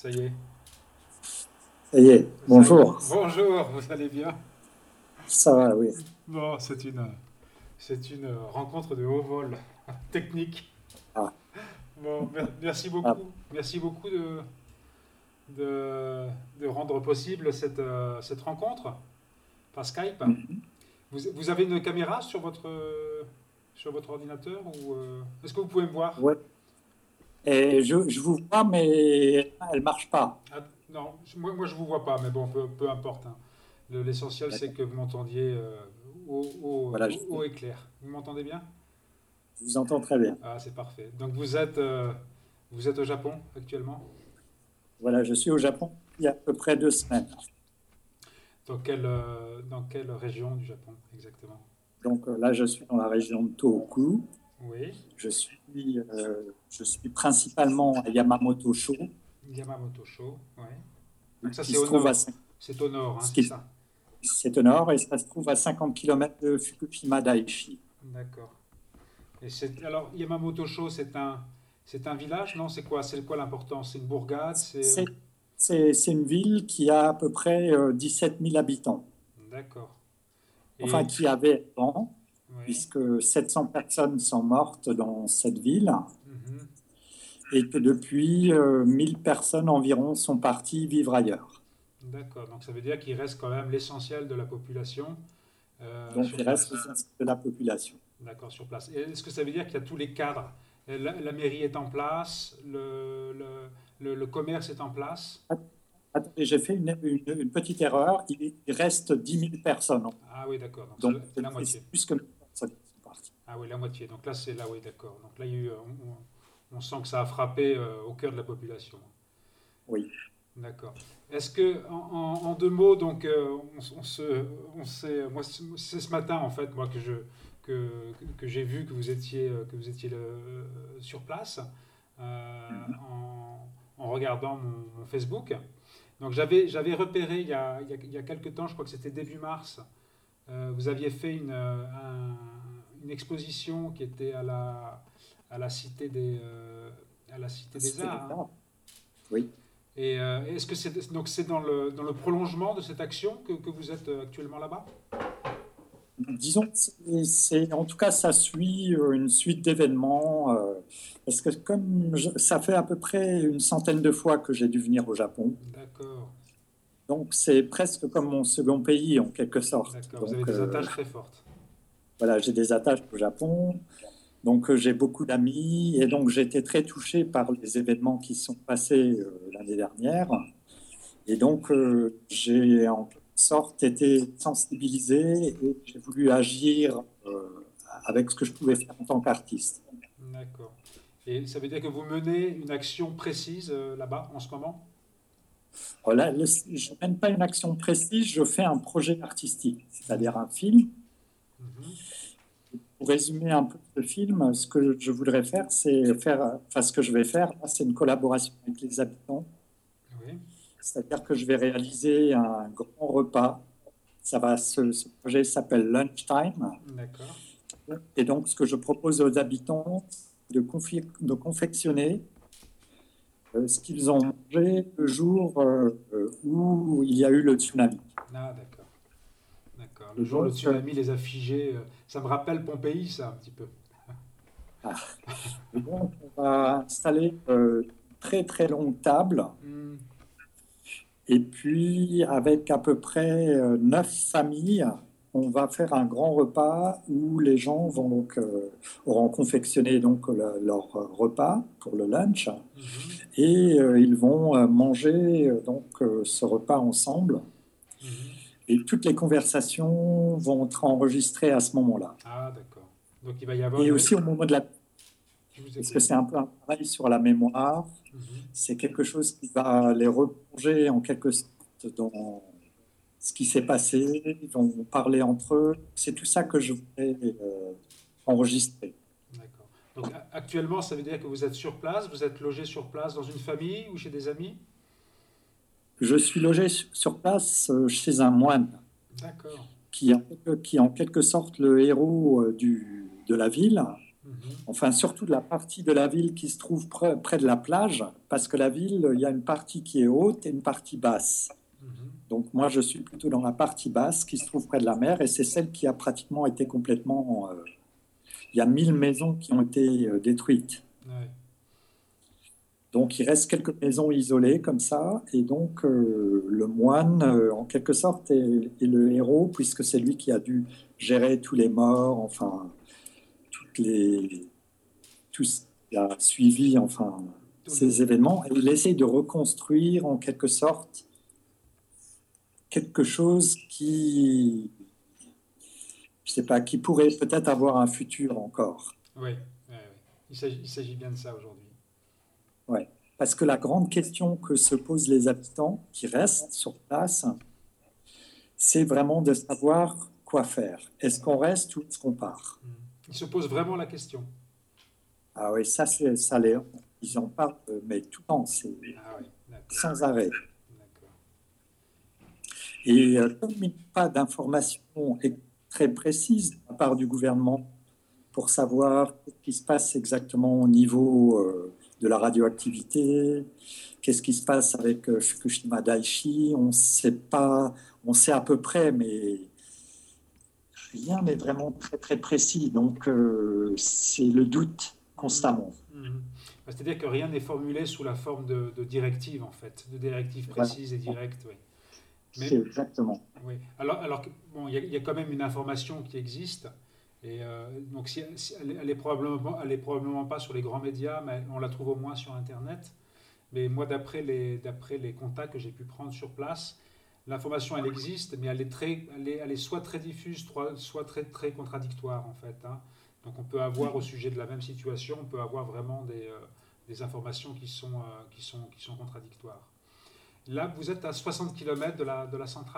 Ça y est. Ça y est, Ça y est. bonjour. Bonjour, vous allez bien? Ça va, oui. Bon, c'est une rencontre de haut vol technique. Ah, Bon, merci ah, beaucoup. Merci beaucoup de, de rendre possible cette rencontre par Skype. mhm. Vous avez une caméra sur votre ordinateur ou est-ce que vous pouvez me voir? Ouais. Et je vous vois, mais elle marche pas. Ah, non, moi je vous vois pas, mais bon, peu importe, hein. L'essentiel c'est D'accord. que vous m'entendiez Voilà, haut et clair. Vous m'entendez bien? je vous entends très bien. Ah, c'est parfait. Donc vous êtes au Japon actuellement? Voilà, je suis au Japon il y a à peu près 2 semaines. Dans quelle région du Japon exactement? Donc là, je suis dans la région de Tohoku. Oui, Je suis principalement à Yamamoto-sho, Yamamoto-sho, ouais. Donc ça qui c'est se au trouve nord. C'est au nord, hein, ce c'est qui- ça. c'est au nord, et ça se trouve à 50 km de Fukushima Daiichi. D'accord. Et alors Yamamoto-sho, c'est un village, non? C'est quoi l'importance? C'est une bourgade, c'est C'est c'est une ville qui a à peu près 17 000 habitants. d'accord. Enfin Et qui avait avant, oui. puisque 700 personnes sont mortes dans cette ville Mhm. et que depuis, 1000 personnes environ sont parties vivre ailleurs. D'accord. Donc ça veut dire qu'il reste quand même l'essentiel de la population Donc sur il reste place. l'essentiel de la population. D'accord, sur place. Et est-ce que ça veut dire qu'il y a tous les cadres? La mairie est en place, le commerce est en place? Attendez, j'ai fait une petite erreur. Il reste 10 000 personnes. Ah oui, d'accord. Donc Donc c'est la moitié. c'est plus que 1000 personnes qui sont parties. Ah oui, la moitié. Donc là, c'est là, oui, d'accord. Donc là, il y a eu, on sent que ça a frappé au cœur de la population. Oui. D'accord. Est-ce que, en deux mots, donc, on moi, c'est ce matin, en fait, moi, que, que j'ai vu que vous étiez sur place, Mhm. en regardant mon Facebook. Donc, j'avais repéré il y a quelques temps, je crois que c'était début mars, vous aviez fait une exposition qui était à la Cité à la Cité des C'était Arts, hein. déjà. Oui. Et est-ce que c'est dans le prolongement de cette action que vous êtes actuellement là-bas? Disons, que en tout cas, ça suit une suite d'événements, parce que ça fait à peu près une centaine de fois que j'ai dû venir au Japon, D'accord, donc c'est presque comme mon second pays en quelque sorte. d'accord. Vous avez Donc des attaches très fortes. voilà, j'ai des attaches au Japon, donc j'ai beaucoup d'amis, et donc j'ai été très touché par les événements qui sont passés l'année dernière, et donc j'ai en quelque sorte été sensibilisé et j'ai voulu agir avec ce que je pouvais faire en tant qu'artiste. D'accord. Et ça veut dire que vous menez une action précise là-bas en ce moment? Voilà, je ne mène pas une action précise, je fais un projet artistique, c'est-à-dire un film. Mhm. Pour résumer un peu ce film, ce que je voudrais faire, enfin ce que je vais faire, là, c'est une collaboration avec les habitants. Oui, C'est-à-dire que je vais réaliser un grand repas. Ce projet s'appelle Lunchtime. d'accord. Et donc, ce que je propose aux habitants, de confectionner ce qu'ils ont mangé le jour où il y a eu le tsunami. Ah, d'accord. D'accord. Le Et jour où le donc, tsunami les a figés, ça me rappelle Pompéi, ça, un petit peu. ah, et donc, on va installer une très très longue table. Hmm, Et puis, avec à peu près 9 familles, on va faire un grand repas où les gens auront confectionné leur repas pour le lunch mhm, et ils vont manger ce repas ensemble. mhm. Et toutes les conversations vont être enregistrées à ce moment-là. Ah, d'accord. Donc il va y avoir Et une... aussi au moment de la... Je vous Parce que écoute. c'est un peu un travail sur la mémoire. Mhm. C'est quelque chose qui va les replonger en quelque sorte dans ce qui s'est passé. Ils vont parler entre eux. C'est tout ça que je voudrais enregistrer. D'accord. Donc actuellement, ça veut dire que vous êtes sur place, vous êtes logé sur place dans une famille ou chez des amis? Je suis logé sur place chez un moine D'accord. qui est en quelque sorte le héros de la ville. Enfin, surtout de la partie de la ville qui se trouve près de la plage, parce que la ville, il y a une partie qui est haute et une partie basse. Donc moi, je suis plutôt dans la partie basse qui se trouve près de la mer, et c'est celle qui a pratiquement été complètement... il y a 1000 maisons qui ont été détruites. Ouais. Donc il reste quelques maisons isolées comme ça, et donc le moine, en quelque sorte, est le héros, puisque c'est lui qui a dû gérer tous les morts, enfin, tout ce qui a suivi, enfin, ces événements, et il essaye de reconstruire en quelque sorte quelque chose qui, je sais pas, qui pourrait peut-être avoir un futur encore. Oui, oui, oui. Il s'agit bien de ça aujourd'hui. Ouais. Parce que la grande question que se posent les habitants qui restent sur place, c'est vraiment de savoir quoi faire. Est-ce qu'on reste ou est-ce qu'on part? Ils se posent vraiment la question. Ah oui, ça, ils en parlent, mais tout le temps, c'est sans arrêt. D'accord. Et comme il n'y a pas d'informations très précises de la part du gouvernement pour savoir ce qui se passe exactement au niveau de la radioactivité, qu'est-ce qui se passe avec Fukushima Daiichi, on sait pas, on sait à peu près, mais rien n'est vraiment très très précis. Donc c'est le doute constamment. C'est-à-dire que rien n'est formulé sous la forme de directives, en fait, de directives précises et directes. Oui. Mais, c'est exactement. Oui. Alors bon, il y a quand même une information qui existe. Et donc, elle est probablement pas sur les grands médias, mais on la trouve au moins sur Internet. Mais moi, d'après les contacts que j'ai pu prendre sur place, l'information, elle existe, mais elle est soit très diffuse, soit très, très contradictoire, en fait. Hein. Donc, on peut avoir, au sujet de la même situation, on peut avoir vraiment des informations qui sont contradictoires. Là, vous êtes à 60 km de la centrale ?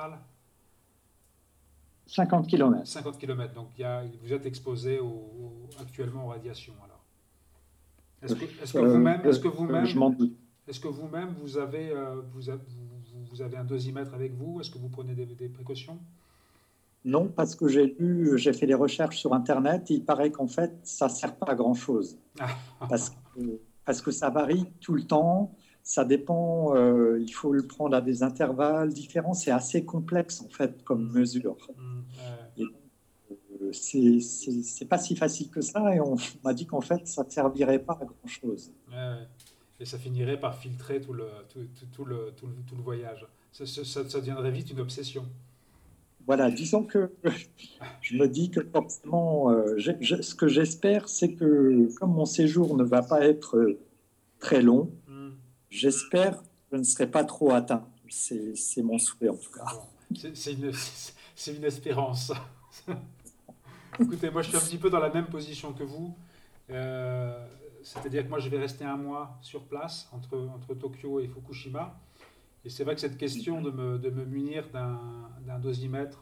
50 km. 50 km, donc vous êtes exposé actuellement aux radiations alors. Est-ce que vous-même vous avez un dosimètre avec vous? Est-ce que vous prenez des précautions? Non, parce que j'ai fait des recherches sur Internet et il paraît qu'en fait, ça ne sert pas à grand-chose. Parce que ça varie tout le temps. Ça dépend, il faut le prendre à des intervalles différents. C'est assez complexe, en fait, comme mesure. C'est pas si facile que ça. Et on m'a dit qu'en fait, ça ne servirait pas à grand-chose. Et ça finirait par filtrer tout le voyage. Ça deviendrait vite une obsession. Voilà, disons que je me dis que forcément, ce que j'espère, c'est que comme mon séjour ne va pas être très long, j'espère que je ne serai pas trop atteint. C'est mon souhait en tout cas. Bon, c'est une espérance. Écoutez, moi je suis un petit peu dans la même position que vous. C'est-à-dire que moi je vais rester un mois sur place entre Tokyo et Fukushima. Et c'est vrai que cette question de me munir d'un dosimètre,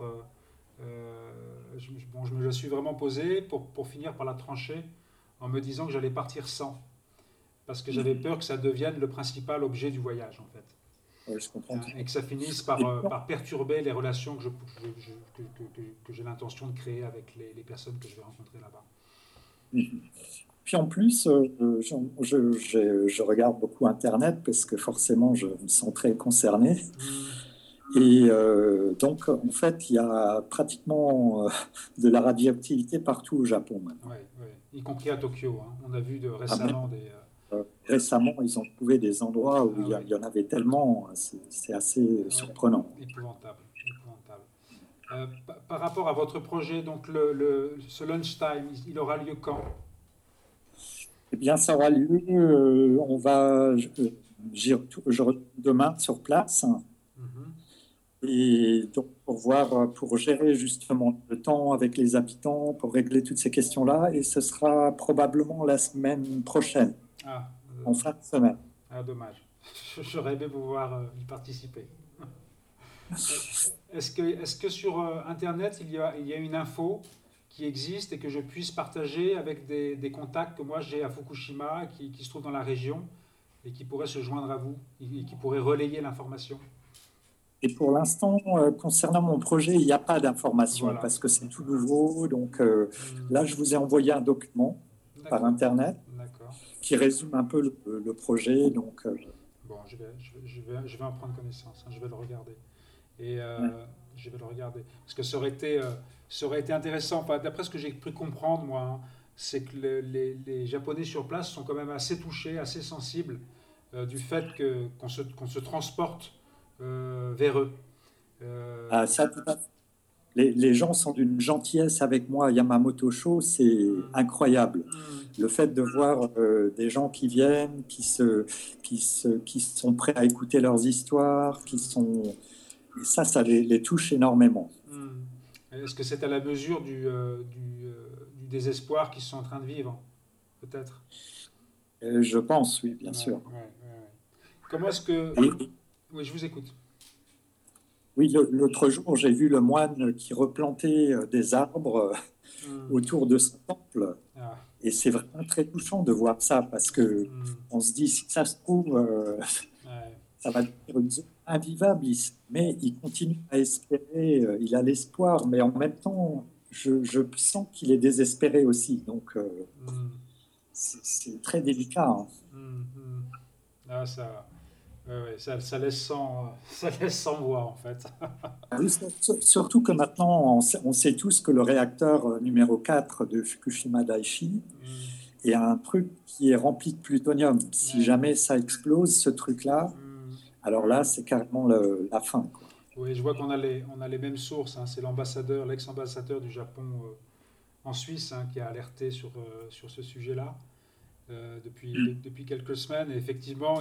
je me la suis vraiment posée pour finir par la trancher en me disant que j'allais partir sans. Parce que j'avais peur que ça devienne le principal objet du voyage, en fait. Oui, je comprends. Et que ça finisse par perturber les relations que j'ai l'intention de créer avec les personnes que je vais rencontrer là-bas. Puis en plus, je regarde beaucoup Internet parce que forcément, je me sens très concerné. Et donc, en fait, il y a pratiquement de la radioactivité partout au Japon maintenant. Oui, y compris à Tokyo. Hein. On a vu récemment récemment, ils ont trouvé des endroits où il y en avait tellement, c'est assez surprenant. Épouvantable. Par rapport à votre projet, donc ce lunchtime, il aura lieu quand? Eh bien, ça aura lieu, je retourne demain sur place. Et donc, pour gérer justement le temps avec les habitants, pour régler toutes ces questions-là, et ce sera probablement la semaine prochaine, en fin de semaine. Ah, dommage. J'aurais aimé pouvoir y participer. Est-ce que sur Internet, il y a une info qui existe et que je puisse partager avec des contacts que moi j'ai à Fukushima, qui se trouvent dans la région et qui pourraient se joindre à vous et qui pourraient relayer l'information? Et pour l'instant, concernant mon projet, il n'y a pas d'informations parce que c'est tout nouveau. Donc là, je vous ai envoyé un document par D'accord. Internet D'accord. qui résume un peu le projet. Donc, Bon, je vais en prendre connaissance, hein, je vais le regarder. Et ouais. je vais le regarder. Parce que ça aurait été intéressant. Enfin, d'après ce que j'ai pu comprendre, moi, hein, c'est que les Japonais sur place sont quand même assez touchés, assez sensibles du fait qu'on se transporte vers eux. Euh, Ah, ça, tout à fait. Les gens sont d'une gentillesse avec moi à Yamamoto Show, c'est hum, incroyable. hum, Le fait de voir des gens qui viennent, qui sont prêts à écouter leurs histoires, et ça les touche énormément. hum. Est-ce que c'est à la mesure du désespoir qu'ils sont en train de vivre? Peut-être. Je pense, oui, Ouais, bien ouais, sûr. ouais, ouais. Comment est-ce que... Et Oui, je vous écoute. oui, l'autre jour, j'ai vu le moine qui replantait des arbres Hum. autour de son temple. Ah, Et c'est vraiment très touchant de voir ça parce que hum. on se dit, si ça se trouve, Ouais. ça va devenir une zone invivable ici. Mais il continue à espérer, il a l'espoir, mais en même temps, je sens qu'il est désespéré aussi. Donc, Hum. c'est très délicat, hein. Mhm. Ah, ouais, ouais, ça laisse sans voix, en fait. Oui, surtout que maintenant, on sait tous que le réacteur numéro 4 de Fukushima Daiichi Mhm. est un truc qui est rempli de plutonium. Si Ouais. jamais ça explose, ce truc-là, Mhm. alors là, c'est carrément la fin, quoi. Oui, je vois on a les mêmes sources, hein. C'est l'ex-ambassadeur du Japon en Suisse, hein, qui a alerté sur ce sujet-là depuis quelques semaines. Et effectivement,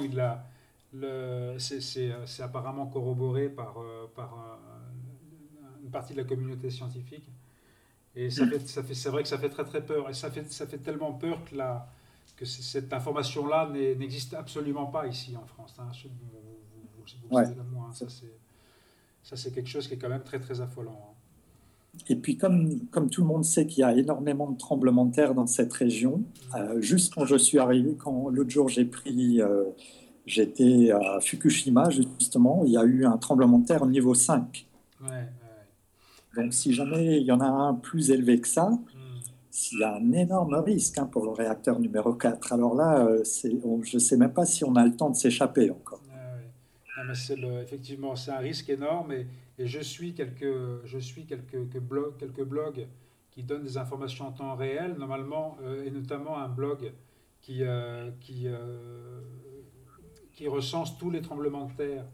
c'est apparemment corroboré par une partie de la communauté scientifique. Et c'est vrai que ça fait très très peur. Et ça fait tellement peur que cette information-là n'existe absolument pas ici en France, hein. Vous le Ouais. savez comme moi, hein. Ça, c'est quelque chose qui est quand même très très affolant, hein. Et puis, comme tout le monde sait qu'il y a énormément de tremblements de terre dans cette région, juste quand je suis arrivé, quand l'autre jour j'étais à Fukushima, justement, il y a eu un tremblement de terre niveau 5. Ouais, ouais, ouais. Donc, si jamais il y en a un plus élevé que ça, Hmm. il y a un énorme risque, hein, pour le réacteur numéro 4. Alors là, je ne sais même pas si on a le temps de s'échapper encore. Ouais, ouais. Non, mais effectivement, c'est un risque énorme et je suis quelques blogs qui donnent des informations en temps réel, normalement, et notamment un blog qui, euh, qui, euh, qui recense tous les tremblements de terre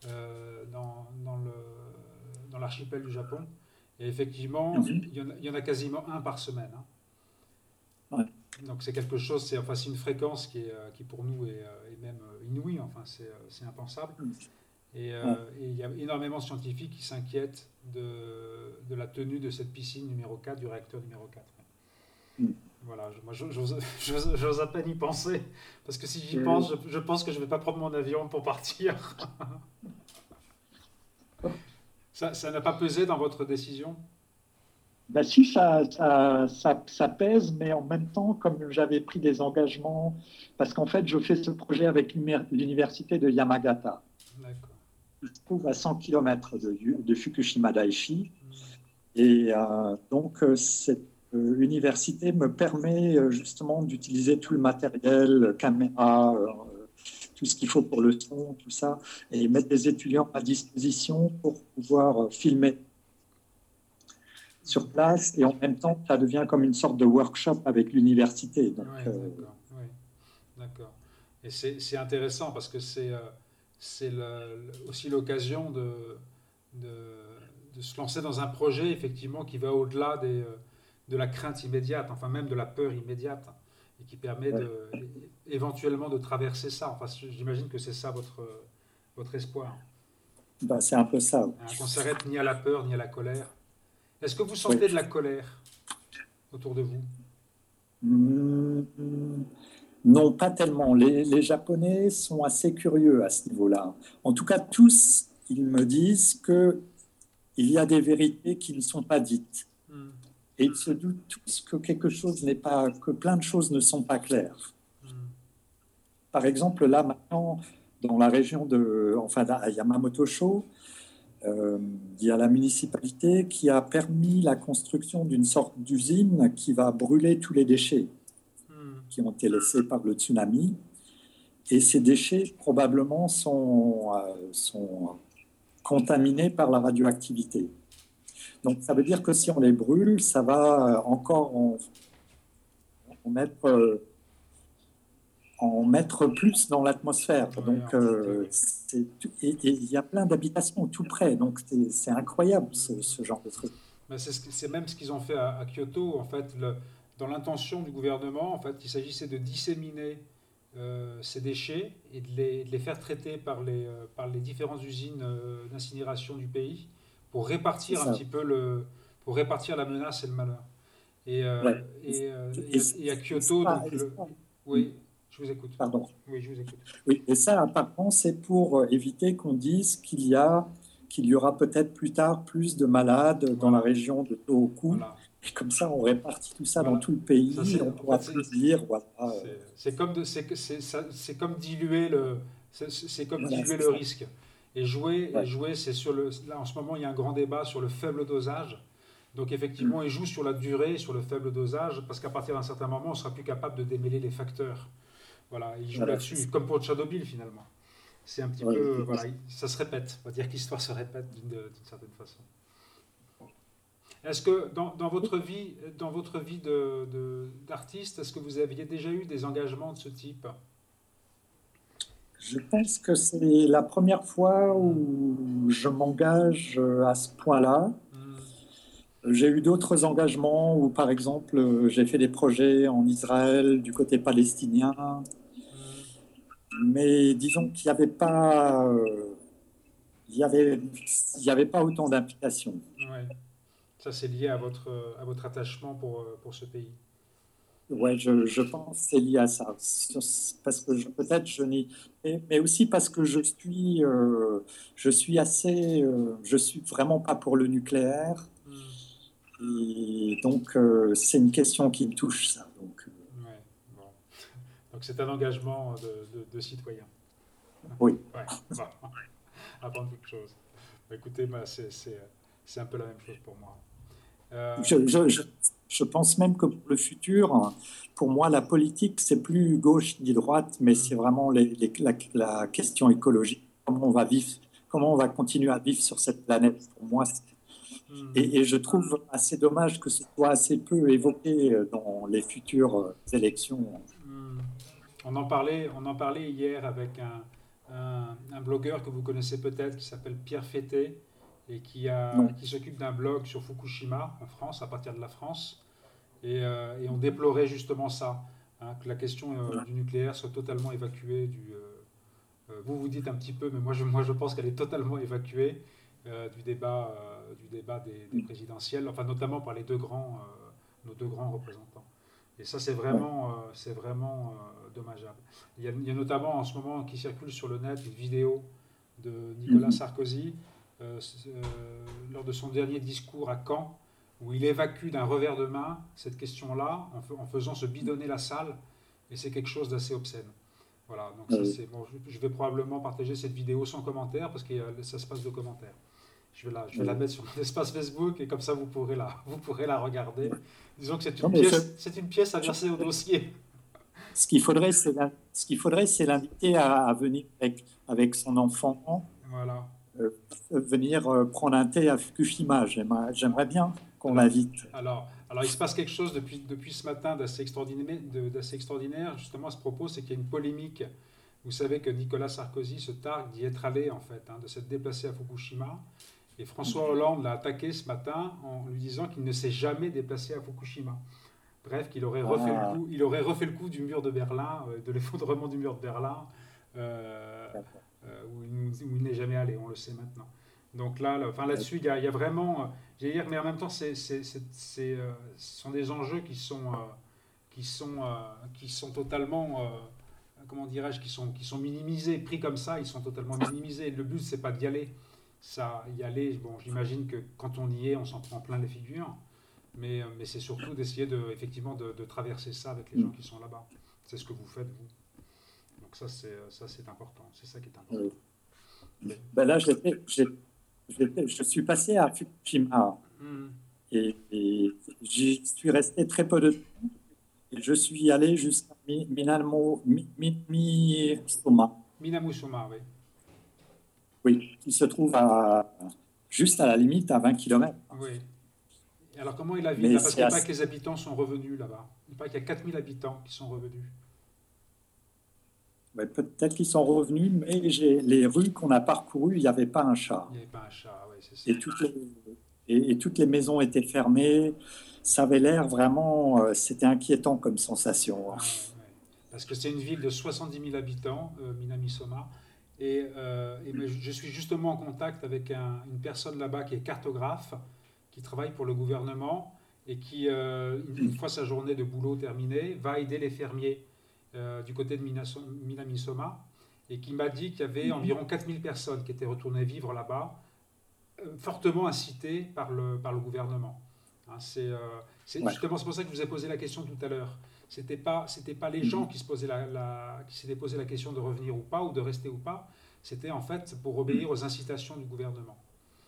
dans l'archipel du Japon. Et effectivement, Mhm. il y en a quasiment un par semaine, hein. Ouais. Donc c'est quelque chose, c'est une fréquence qui pour nous est même inouïe, enfin c'est impensable. Ouais. Et il y a énormément de scientifiques qui s'inquiètent de la tenue de cette piscine numéro 4, du réacteur numéro 4. Voilà, moi j'ose à peine y penser, parce que si j'y pense, je pense que je ne vais pas prendre mon avion pour partir. Ça n'a pas pesé dans votre décision? Ben si, ça pèse, mais en même temps, comme j'avais pris des engagements, parce qu'en fait, je fais ce projet avec l'université de Yamagata, D'accord. qui se trouve à 100 km de Fukushima Daiichi. Hmm. Et donc, cette université me permet justement d'utiliser tout le matériel, caméra, tout ce qu'il faut pour le son, tout ça, et mettre des étudiants à disposition pour pouvoir filmer sur place. Et en même temps, ça devient comme une sorte de workshop avec l'université. Donc, Ouais, d'accord. Ouais, d'accord. Et c'est intéressant parce que c'est aussi l'occasion de, de se lancer dans un projet effectivement qui va au-delà de la crainte immédiate, enfin même de la peur immédiate, et qui permet ouais, éventuellement de traverser ça. Enfin, j'imagine que c'est ça votre espoir, ben, c'est un peu ça. hein, qu'on s'arrête ni à la peur ni à la colère. Est-ce que vous Oui. sentez de la colère autour de vous? Mmh, non, pas tellement. Les Japonais sont assez curieux à ce niveau-là. En tout cas, tous, ils me disent que il y a des vérités qui ne sont pas dites. Hmm, Et ils se doutent tous que quelque chose n'est pas, que plein de choses ne sont pas claires. hmm, Par exemple, là maintenant, dans la région enfin, à Yamamoto-sho, il y a la municipalité qui a permis la construction d'une sorte d'usine qui va brûler tous les déchets. hmm. qui ont été laissés par le tsunami. Et ces déchets, probablement, sont contaminés par la radioactivité. Donc, ça veut dire que si on les brûle, ça va encore en mettre plus dans l'atmosphère. Ouais, Donc, il y a plein d'habitations tout près. Donc, c'est incroyable, ce genre de truc. Ben, c'est même ce qu'ils ont fait à Kyoto. En fait, dans l'intention du gouvernement, en fait, il s'agissait de disséminer ces déchets et de les faire traiter par les différentes usines d'incinération du pays pour C'est répartir un ça. petit peu pour répartir la menace et le malheur. Et, Ouais. et à Kyoto, donc Hmm, oui, je vous écoute. pardon. Oui, je vous écoute. Oui, et ça, apparemment, c'est pour éviter qu'on dise qu'il y aura peut-être plus tard plus de malades dans la Voilà, région de Tohoku. voilà, Et comme ça, on répartit tout ça dans voilà. tout le Ça pays. c'est, On en fait, pourra plus dire, voilà, c'est comme diluer c'est comme voilà, diluer c'est le ça. risque. Ouais. Et jouer, c'est sur là en ce moment il y a un grand débat sur le faible dosage. Donc effectivement, Hmm. il joue sur la durée, sur le faible dosage, parce qu'à partir d'un certain moment, on sera plus capable de démêler les facteurs. Voilà, il joue Voilà, c'est là-dessus, ça. comme pour Tchernobyl finalement. C'est un petit Ouais, peu, voilà, ça se répète. On va dire que l'histoire se répète d'une certaine façon. Est-ce que dans votre vie d'artiste, est-ce que vous aviez déjà eu des engagements de ce type? je pense que c'est la première fois Hmm, où je m'engage à ce point-là. hmm, J'ai eu d'autres engagements où, par exemple, j'ai fait des projets en Israël, du côté palestinien, hmm. mais disons qu'il n'y avait pas, il y avait, il y avait pas autant d'implication. Ouais. Ça, c'est lié à votre attachement pour ce pays. Ouais, je pense que c'est lié à ça. Parce que peut-être je n'y. Mais aussi parce que je suis vraiment pas pour le nucléaire. Hmm, Et donc, c'est une question qui me touche, ça. Donc, ouais. Bon. Donc, c'est un engagement de citoyen. oui. Ouais. Bon. Apprendre quelque chose. Bah, écoutez, bah, c'est un peu la même chose pour moi. Euh, Je, je, je, je pense même que pour le futur, pour moi, la politique, c'est plus gauche ni droite, mais hmm, c'est vraiment la question écologique. Comment on va vivre, comment on va continuer à vivre sur cette planète. Pour moi, hmm, et je trouve assez dommage que ce soit assez peu évoqué dans les futures élections. hmm. On en parlait hier avec un blogueur que vous connaissez peut-être qui s'appelle Pierre Fété et Non. qui s'occupe d'un blog sur Fukushima en France, à partir de la France. Et on déplorait justement ça, hein, que la question Voilà. du nucléaire soit totalement évacuée. Vous vous dites un petit peu, mais moi je pense qu'elle est totalement évacuée du débat des présidentielles, enfin notamment par nos deux grands représentants. Et ça, Ouais. c'est vraiment dommageable. Il y a notamment en ce moment qui circule sur le net une vidéo de Nicolas Mhm. Sarkozy lors de son dernier discours à Caen, où il évacue d'un revers de main cette question-là en faisant se bidonner la salle, et c'est quelque chose d'assez obscène. Voilà, donc ça Euh, c'est bon. Je vais probablement partager cette vidéo sans commentaire parce que ça se passe de commentaires. Je vais la euh, mettre sur mon espace Facebook et comme ça vous pourrez la regarder. ouais. Disons que Non, mais c'est une pièce à je- verser au dossier. ce qu'il faudrait, c'est l'inviter à venir avec son enfant, Voilà. euh, venir prendre un thé à Fukushima. J'aimerais bien qu'on Alors, l'invite. alors, il se passe quelque chose depuis ce matin d'assez extraordinaire, justement à ce propos, c'est qu'il y a une polémique. Vous savez que Nicolas Sarkozy se targue d'y être allé, en fait, hein, de s'être déplacé à Fukushima. Et François Hollande l'a attaqué ce matin en lui disant qu'il ne s'est jamais déplacé à Fukushima. Bref, Ah, il aurait refait le coup du mur de Berlin, de l'effondrement du mur de Berlin, euh, d'accord. où il n'est jamais allé, on le sait maintenant. Donc là, enfin là-dessus, il y a vraiment, j'allais dire, mais en même temps, ce sont des enjeux qui sont totalement, comment dirais-je, qui sont minimisés, pris comme ça, ils sont totalement minimisés. Le but, c'est pas d'y aller. Ça, y aller, bon, j'imagine que quand on y est, on s'en prend plein les figures. Mais c'est surtout d'essayer effectivement de traverser ça avec les gens Mm. qui sont là-bas. C'est ce que vous faites, vous. Donc ça, c'est important. C'est ça qui est Euh, important. Mais, ben là, je suis passé à Fukushima hum, et j'y suis resté très peu de temps. je suis allé jusqu'à Minamisoma, Minamusoma, oui. oui, qui se trouve juste à la limite à 20 kilomètres. Oui. Et alors, comment est la ville Mais là? Parce c'est qu'il n'y a pas assez. que les habitants sont revenus là-bas. Il paraît qu'il y a 4000 habitants qui sont revenus. Ouais, peut-être qu'ils sont revenus, mais les rues qu'on a parcourues, il n'y avait pas un chat. Il n'y avait pas un chat, oui, c'est ça. Et toutes les maisons étaient fermées. Ça avait l'air vraiment, c'était inquiétant comme sensation. Ouais, ouais. Parce que c'est une ville de 70 000 habitants, Minamisoma. Et mais je suis justement en contact avec une personne là-bas qui est cartographe, qui travaille pour le gouvernement et qui, une fois sa journée de boulot terminée, va aider les fermiers du côté de Minamisoma. Et qui m'a dit qu'il y avait environ 4000 personnes qui étaient retournées vivre là-bas, fortement incitées par le gouvernement. Hein, Ouais. justement, c'est pour ça que je vous ai posé la question tout à l'heure. C'était pas les gens Mhm. qui qui s'étaient posé la question de revenir ou pas, ou de rester ou pas. C'était en fait pour obéir aux incitations du gouvernement.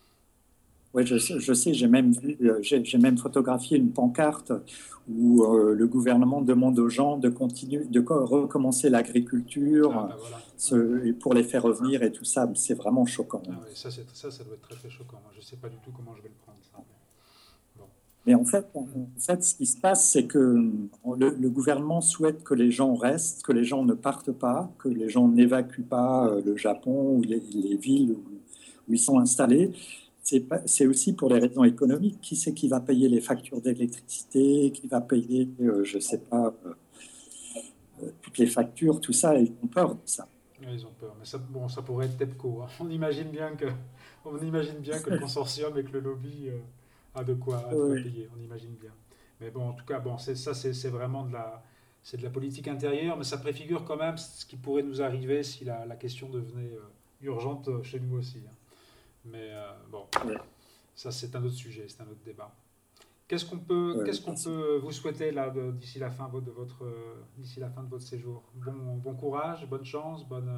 Oui, je sais, j'ai même photographié une pancarte où le gouvernement demande aux gens de continuer, recommencer Ah l'agriculture, ben voilà. Ouais. et pour les faire revenir et tout ça. C'est vraiment choquant. Ah ouais, ça doit être très très choquant. Moi, je ne sais pas du tout comment je vais le prendre, ça. Mais bon. Mais en fait, ce qui se passe, c'est que le gouvernement souhaite que les gens restent, que les gens ne partent pas, que les gens n'évacuent pas le Japon ou les villes où ils sont installés. C'est aussi pour les raisons économiques. Qui c'est qui va payer les factures d'électricité, qui va payer, je ne sais pas, toutes les factures, tout ça, ils ont peur de ça. Ouais, ils ont peur. Mais ça, bon, ça pourrait être TEPCO, hein. On imagine bien que le consortium et que le lobby a de quoi Oui, payer. On imagine bien. Mais bon, en tout cas, bon, c'est vraiment c'est de la politique intérieure, mais ça préfigure quand même ce qui pourrait nous arriver si la question devenait urgente chez nous aussi, hein. Mais bon, oui, ça c'est un autre sujet, c'est un autre débat. Qu'est-ce qu'on peut vous souhaiter là d'ici la fin de votre séjour? Bon courage, bonne chance, bonne.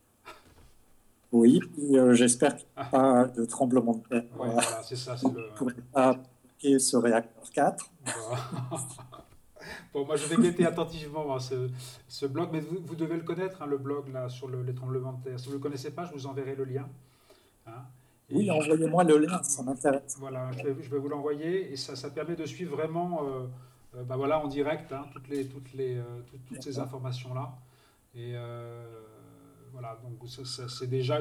oui. Puis, j'espère qu'il n'y Ah, aura pas de tremblement de terre oui, voilà, c'est ça, c'est le. pour ne pas bloquer ce réacteur 4. Bon, bon, moi je vais guetter attentivement, hein, ce blog, mais vous devez le connaître, hein, le blog là sur les tremblements de terre. Si vous ne le connaissez pas, je vous enverrai le lien, hein. Oui, Et envoyez-moi le lien, ça m'intéresse. voilà, je vais vous l'envoyer et ça permet de suivre vraiment, bah voilà, en direct, hein, toutes ces D'accord. informations-là. Et voilà, donc c'est déjà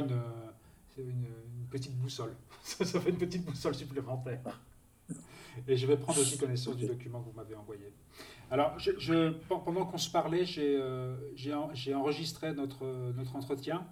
une petite boussole. Ça fait une petite boussole supplémentaire. Et je vais prendre aussi connaissance du Ok. document que vous m'avez envoyé. Alors, pendant qu'on se parlait, j'ai enregistré notre entretien.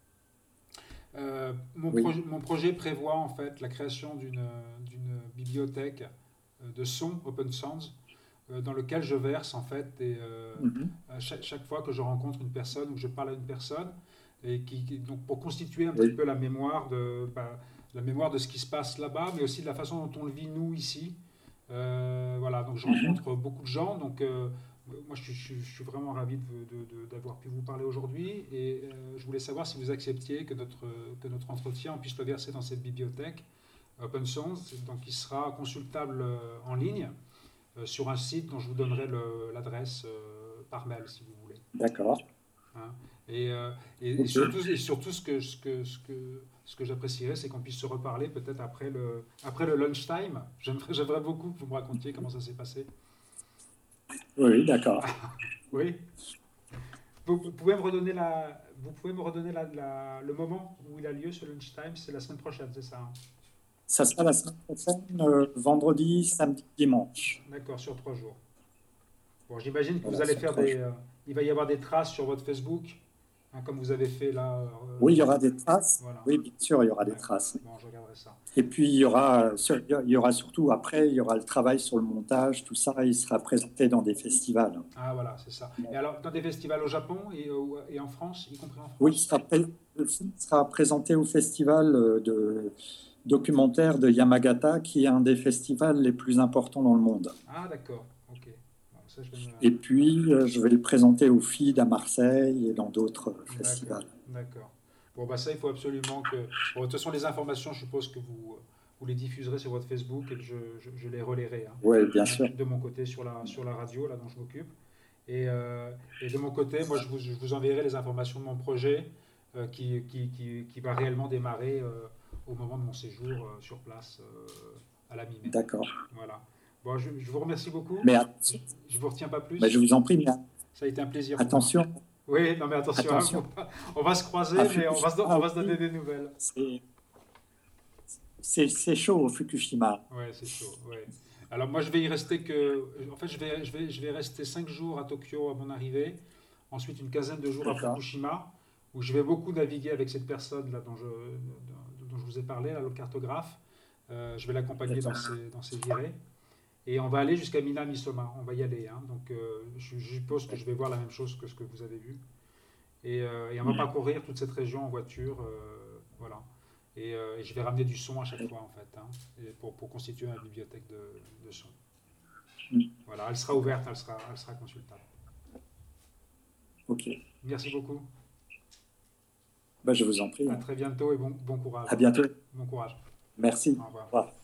Mon, Oui. mon projet prévoit en fait la création d'une bibliothèque de sons open source dans lequel je verse en fait Mhm. chaque fois que je rencontre une personne ou que je parle à une personne et donc pour constituer un petit Oui. peu la mémoire de ce qui se passe là-bas, mais aussi de la façon dont on le vit nous ici. Voilà, donc je Mhm. rencontre beaucoup de gens, donc moi je suis vraiment ravi d'avoir pu vous parler aujourd'hui et je voulais savoir si vous acceptiez que notre entretien, on puisse le verser dans cette bibliothèque open source, donc qui sera consultable en ligne sur un site dont je vous donnerai l'adresse par mail si vous voulez, D'accord. hein. Et, euh, et Ok. surtout ce que j'apprécierais, c'est qu'on puisse se reparler peut-être après le lunchtime. J'aimerais beaucoup que vous me racontiez comment ça s'est passé. Oui, d'accord. Oui. Vous pouvez me redonner le moment où il a lieu ce lunchtime? C'est la semaine prochaine, c'est ça, hein? Ça sera la semaine prochaine, vendredi, samedi, dimanche. D'accord, sur 3 jours. Bon, j'imagine que vous Voilà, allez sur faire 3 jours. il va y avoir des traces sur votre Facebook, hein, comme vous avez fait là. Oui, il y aura des traces. Voilà. Oui, bien sûr, il y aura des D'accord. traces. Bon, je regarderai ça. Et puis, il y aura surtout après, il y aura le travail sur le montage, tout ça, il sera présenté dans des festivals. Ah, voilà, c'est ça. Et alors, dans des festivals au Japon et en France, y compris en Oui, France? le film sera présenté au festival de documentaire de Yamagata, qui est un des festivals les plus importants dans le monde. Ah, d'accord. Ok. Bon, ça, je vais me. Et puis, je vais le présenter au FID à Marseille et dans d'autres D'accord, festivals. d'accord. Bon, bah ça, il faut absolument que. Bon, de toute façon, les informations, je suppose que vous les diffuserez sur votre Facebook et que je les relayerai, hein, Oui, bien sûr. de mon côté sur la radio, là dont je m'occupe. Et de mon côté, moi, je vous enverrai les informations de mon projet qui va réellement démarrer au moment de mon séjour sur place à la mi-mai. D'accord. Voilà. Bon, je vous remercie beaucoup. Mais Je ne vous retiens pas plus. je vous en prie, mais Ça a été un plaisir pour moi. attention, Oui, non mais attention, hein, attention. on va se croiser, À mais Fukushima on va se aussi, donner des nouvelles. c'est chaud au Fukushima. Ouais, c'est chaud. Ouais. Alors moi, je vais y rester que, en fait, je vais rester 5 jours à Tokyo à mon arrivée, ensuite une quinzaine de jours à D'accord. Fukushima, où je vais beaucoup naviguer avec cette personne là dont je vous ai parlé, là, le cartographe. Je vais l'accompagner D'accord. dans ses virées. Et on va aller jusqu'à Minamisoma, on va y aller, hein. Donc je suppose que je vais voir la même chose que ce que vous avez vu. Et on va parcourir toute cette région en voiture. Voilà. Et je vais ramener du son à chaque fois, en fait, hein, et pour constituer ma bibliothèque de son. Voilà, elle sera ouverte, elle sera consultable. Ok. Merci beaucoup. Je vous en prie. À très bientôt et bon À courage. bientôt. Bon courage. Merci. Au revoir. Au revoir.